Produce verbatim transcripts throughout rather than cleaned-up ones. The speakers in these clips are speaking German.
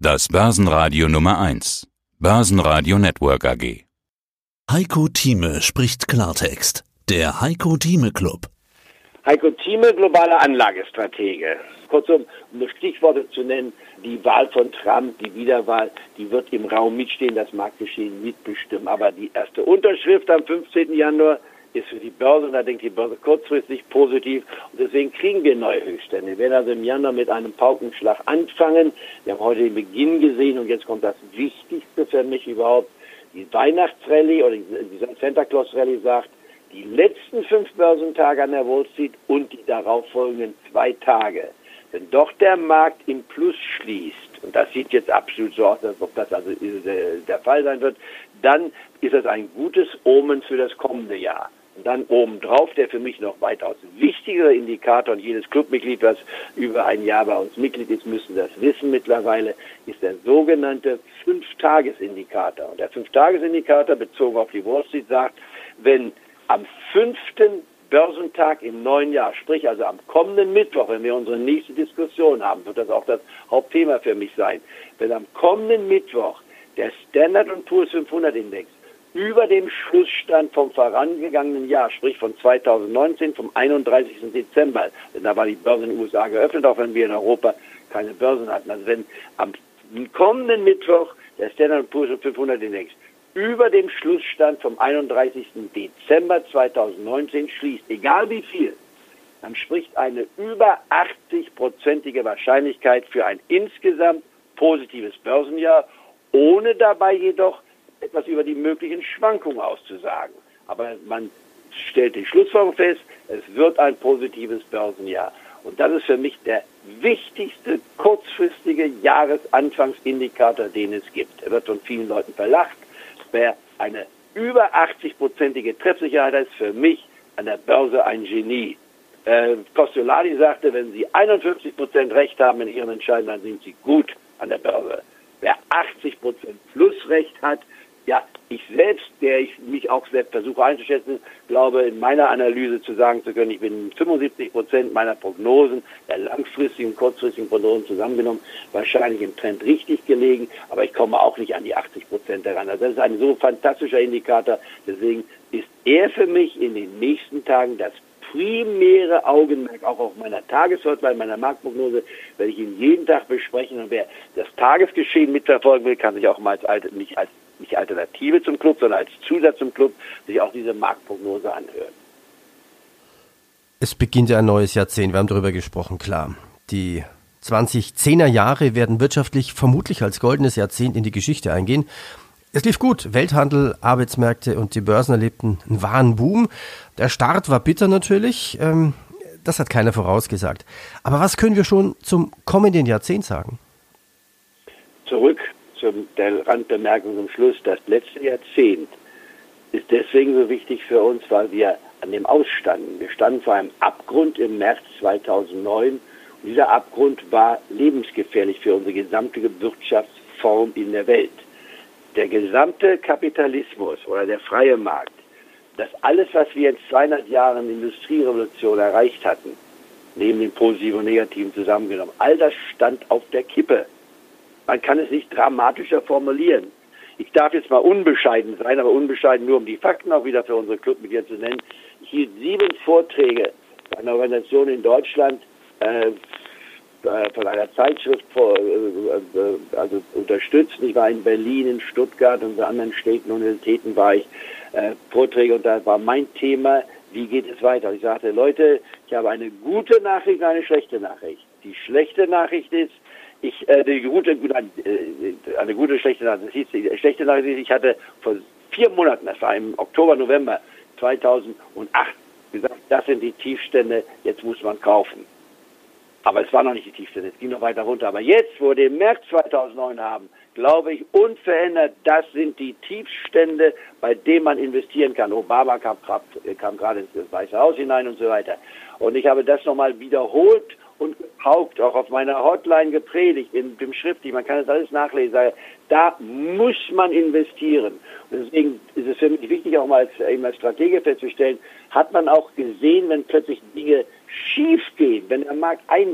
Das Börsenradio Nummer eins. Börsenradio Network A G. Heiko Thieme spricht Klartext. Der Heiko Thieme Club. Heiko Thieme, globaler Anlagestratege. Kurzum, um nur Stichworte zu nennen, die Wahl von Trump, die Wiederwahl, die wird im Raum mitstehen, das Marktgeschehen mitbestimmen. Aber die erste Unterschrift am fünfzehnten Januar ist für die Börse, und da denkt die Börse kurzfristig positiv, und deswegen kriegen wir neue Höchststände. Wir werden also im Januar mit einem Paukenschlag anfangen. Wir haben heute den Beginn gesehen, und jetzt kommt das Wichtigste für mich überhaupt. Die Weihnachtsrallye oder die Santa Claus Rallye sagt, die letzten fünf Börsentage an der Wall Street und die darauffolgenden zwei Tage. Wenn doch der Markt im Plus schließt, und das sieht jetzt absolut so aus, als ob das also der Fall sein wird, dann ist das ein gutes Omen für das kommende Jahr. Und dann obendrauf, der für mich noch weitaus wichtigere Indikator, und jedes Clubmitglied, was über ein Jahr bei uns Mitglied ist, müssen das wissen mittlerweile, ist der sogenannte Fünf-Tages-Indikator. Und der Fünf-Tages-Indikator, bezogen auf die Wall Street, sagt, wenn am fünften Börsentag im neuen Jahr, sprich also am kommenden Mittwoch, wenn wir unsere nächste Diskussion haben, wird das auch das Hauptthema für mich sein, wenn am kommenden Mittwoch der Standard und Poor's fünfhundert Index über dem Schlussstand vom vorangegangenen Jahr, sprich von zweitausendneunzehn, vom einunddreißigsten Dezember, denn da war die Börse in den U S A geöffnet, auch wenn wir in Europa keine Börsen hatten. Also wenn am kommenden Mittwoch der Standard und Poor's fünfhundert Index über dem Schlussstand vom einunddreißigsten Dezember zweitausendneunzehn schließt, egal wie viel, dann spricht eine über achtzig-prozentige Wahrscheinlichkeit für ein insgesamt positives Börsenjahr, ohne dabei jedoch etwas über die möglichen Schwankungen auszusagen. Aber man stellt die Schlussfolgerung fest, es wird ein positives Börsenjahr. Und das ist für mich der wichtigste kurzfristige Jahresanfangsindikator, den es gibt. Er wird von vielen Leuten verlacht. Wer eine über achtzig-prozentige Treffsicherheit hat, ist für mich an der Börse ein Genie. Äh, Costolani sagte, wenn Sie einundfünfzig Prozent Recht haben in Ihren Entscheidungen, dann sind Sie gut an der Börse. Wer achtzig Prozent plus Recht hat, ja, ich selbst, der ich mich auch selbst versuche einzuschätzen, glaube in meiner Analyse zu sagen zu können, ich bin fünfundsiebzig Prozent meiner Prognosen, der langfristigen und kurzfristigen Prognosen zusammengenommen, wahrscheinlich im Trend richtig gelegen, aber ich komme auch nicht an die achtzig Prozent heran. Also das ist ein so fantastischer Indikator, deswegen ist er für mich in den nächsten Tagen das primäre Augenmerk, auch auf meiner Tagesfortwahl, meiner Marktprognose, werde ich ihn jeden Tag besprechen, und wer das Tagesgeschehen mitverfolgen will, kann sich auch mal als, nicht als nicht Alternative zum Club, sondern als Zusatz zum Club, sich auch diese Marktprognose anhören. Es beginnt ja ein neues Jahrzehnt, wir haben darüber gesprochen, klar. Die zwanzigzehner Jahre werden wirtschaftlich vermutlich als goldenes Jahrzehnt in die Geschichte eingehen. Es lief gut, Welthandel, Arbeitsmärkte und die Börsen erlebten einen wahren Boom. Der Start war bitter natürlich, das hat keiner vorausgesagt. Aber was können wir schon zum kommenden Jahrzehnt sagen? Zurück zum der Randbemerkung zum Schluss. Das letzte Jahrzehnt ist deswegen so wichtig für uns, weil wir an dem ausstanden. Wir standen vor einem Abgrund im März zweitausendneun. Und dieser Abgrund war lebensgefährlich für unsere gesamte Wirtschaftsform in der Welt. Der gesamte Kapitalismus oder der freie Markt, das alles, was wir in zweihundert Jahren Industrierevolution erreicht hatten, neben den positiven und negativen zusammengenommen, all das stand auf der Kippe. Man kann es nicht dramatischer formulieren. Ich darf jetzt mal unbescheiden sein, aber unbescheiden nur, um die Fakten auch wieder für unsere Clubmitglieder zu nennen. Ich hielt sieben Vorträge bei einer Organisation in Deutschland, äh, von einer Zeitschrift vor, äh, also unterstützt. Ich war in Berlin, in Stuttgart und in anderen Städten und Universitäten war ich äh, Vorträge, und da war mein Thema, wie geht es weiter? Ich sagte, Leute, ich habe eine gute Nachricht und eine schlechte Nachricht. Die schlechte Nachricht ist, ich, äh, die gute, äh, eine gute, schlechte Nachricht, das hieß, die schlechte Nachricht ist, ich hatte vor vier Monaten, das war im Oktober, November zweitausendacht, gesagt, das sind die Tiefstände, jetzt muss man kaufen. Aber es war noch nicht die Tiefstände, es ging noch weiter runter. Aber jetzt, wo wir den März zweitausendneun haben, glaube ich, unverändert, das sind die Tiefstände, bei denen man investieren kann. Obama kam, kam gerade ins Weiße Haus hinein und so weiter. Und ich habe das nochmal wiederholt und gepaukt, auch auf meiner Hotline gepredigt, in dem Schriftlich, man kann das alles nachlesen, sage, da muss man investieren. Und deswegen ist es für mich wichtig, auch mal als, eben als Stratege festzustellen, hat man auch gesehen, wenn plötzlich Dinge schief gehen, wenn der Markt einbricht,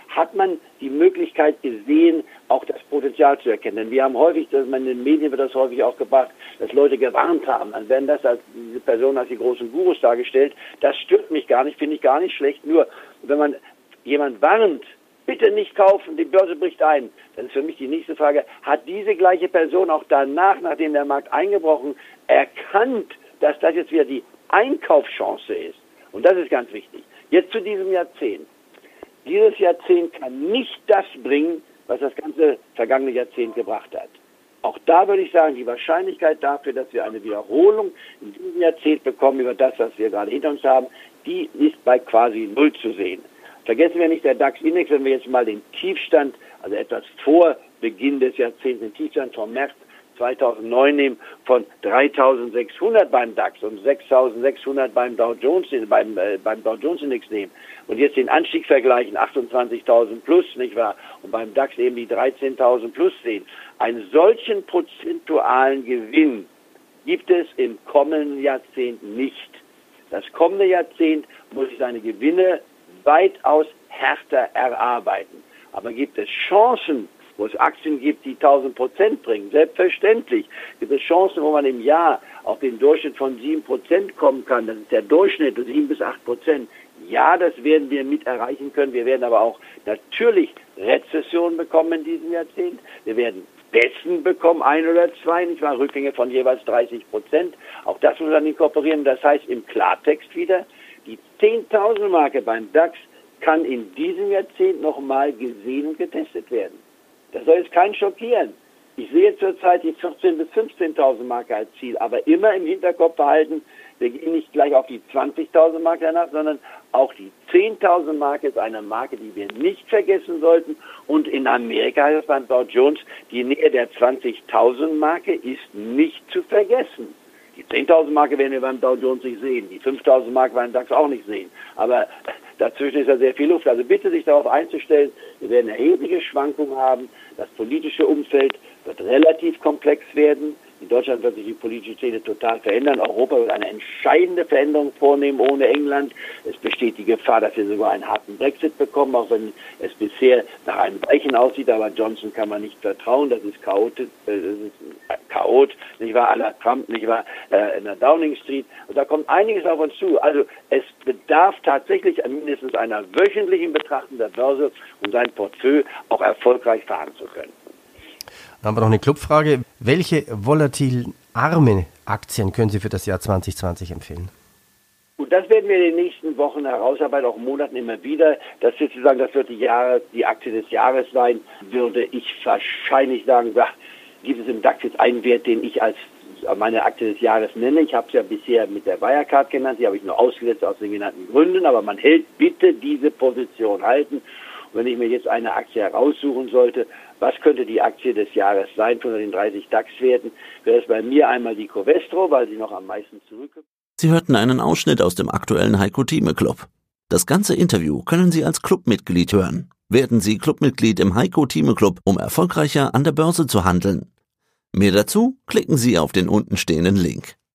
hat man die Möglichkeit gesehen, auch das Potenzial zu erkennen. Denn wir haben häufig, dass man in den Medien wird das häufig auch gebracht, dass Leute gewarnt haben. Dann werden das als diese Personen als die großen Gurus dargestellt. Das stört mich gar nicht, finde ich gar nicht schlecht. Nur wenn man jemand warnt, bitte nicht kaufen, die Börse bricht ein. Das ist für mich die nächste Frage. Hat diese gleiche Person auch danach, nachdem der Markt eingebrochen, erkannt, dass das jetzt wieder die Einkaufschance ist? Und das ist ganz wichtig. Jetzt zu diesem Jahrzehnt. Dieses Jahrzehnt kann nicht das bringen, was das ganze vergangene Jahrzehnt gebracht hat. Auch da würde ich sagen, die Wahrscheinlichkeit dafür, dass wir eine Wiederholung in diesem Jahrzehnt bekommen über das, was wir gerade hinter uns haben, die ist bei quasi null zu sehen. Vergessen wir nicht, der DAX-Index, wenn wir jetzt mal den Tiefstand, also etwas vor Beginn des Jahrzehnts, den Tiefstand vom März zweitausendneun nehmen, von dreitausendsechshundert beim DAX und sechstausendsechshundert beim Dow Jones, beim, äh, beim Dow Jones Index nehmen und jetzt den Anstieg vergleichen, achtundzwanzigtausend plus, nicht wahr? Und beim DAX eben die dreizehntausend plus sehen. Einen solchen prozentualen Gewinn gibt es im kommenden Jahrzehnt nicht. Das kommende Jahrzehnt muss seine Gewinne weitaus härter erarbeiten. Aber gibt es Chancen, wo es Aktien gibt, die tausend Prozent bringen? Selbstverständlich. Gibt es Chancen, wo man im Jahr auf den Durchschnitt von sieben Prozent kommen kann? Das ist der Durchschnitt, sieben bis acht Prozent. Ja, das werden wir mit erreichen können. Wir werden aber auch natürlich Rezessionen bekommen in diesem Jahrzehnt. Wir werden Besten bekommen, ein oder zwei, nicht wahr? Rückgänge von jeweils dreißig Prozent. Auch das muss man inkorporieren. Das heißt im Klartext wieder, die zehntausend Marke beim DAX kann in diesem Jahrzehnt nochmal gesehen und getestet werden. Das soll jetzt keinen schockieren. Ich sehe zurzeit die vierzehntausend bis fünfzehntausend Marke als Ziel, aber immer im Hinterkopf behalten, wir gehen nicht gleich auf die zwanzigtausend Marke danach, sondern auch die zehntausend Marke ist eine Marke, die wir nicht vergessen sollten. Und in Amerika heißt es beim Dow Jones, die Nähe der zwanzigtausend Marke ist nicht zu vergessen. Die zehntausend Marke werden wir beim Dow Jones nicht sehen, die fünftausend Marke beim DAX auch nicht sehen. Aber dazwischen ist ja sehr viel Luft. Also bitte sich darauf einzustellen, wir werden erhebliche Schwankungen haben. Das politische Umfeld wird relativ komplex werden. In Deutschland wird sich die politische Szene total verändern. Europa wird eine entscheidende Veränderung vornehmen ohne England. Es besteht die Gefahr, dass wir sogar einen harten Brexit bekommen, auch wenn es bisher nach einem Weichen aussieht. Aber Johnson kann man nicht vertrauen. Das ist Chaot, äh, das ist Chaot, nicht wahr? À la Trump, nicht wahr? Äh, in der Downing Street. Und da kommt einiges auf uns zu. Also es bedarf tatsächlich mindestens einer wöchentlichen Betrachtung der Börse, um sein Portfolio auch erfolgreich fahren zu können. Dann haben wir noch eine Clubfrage. Welche volatilen armen Aktien können Sie für das Jahr zwanzig zwanzig empfehlen? Und das werden wir in den nächsten Wochen herausarbeiten, auch Monaten immer wieder. Das ist sozusagen, das wird die Jahre, die Aktie des Jahres sein, würde ich wahrscheinlich sagen, ach, gibt es im DAX jetzt einen Wert, den ich als meine Aktie des Jahres nenne. Ich habe es ja bisher mit der Wirecard genannt, die habe ich nur ausgesetzt aus den genannten Gründen, aber man hält bitte diese Position halten. Und wenn ich mir jetzt eine Aktie heraussuchen sollte, was könnte die Aktie des Jahres sein von den dreißig DAX-Werten, wäre es bei mir einmal die Covestro, weil sie noch am meisten zurückkommt. Sie hörten einen Ausschnitt aus dem aktuellen Heiko Thieme Club. Das ganze Interview können Sie als Clubmitglied hören. Werden Sie Clubmitglied im Heiko Thieme Club, um erfolgreicher an der Börse zu handeln. Mehr dazu klicken Sie auf den unten stehenden Link.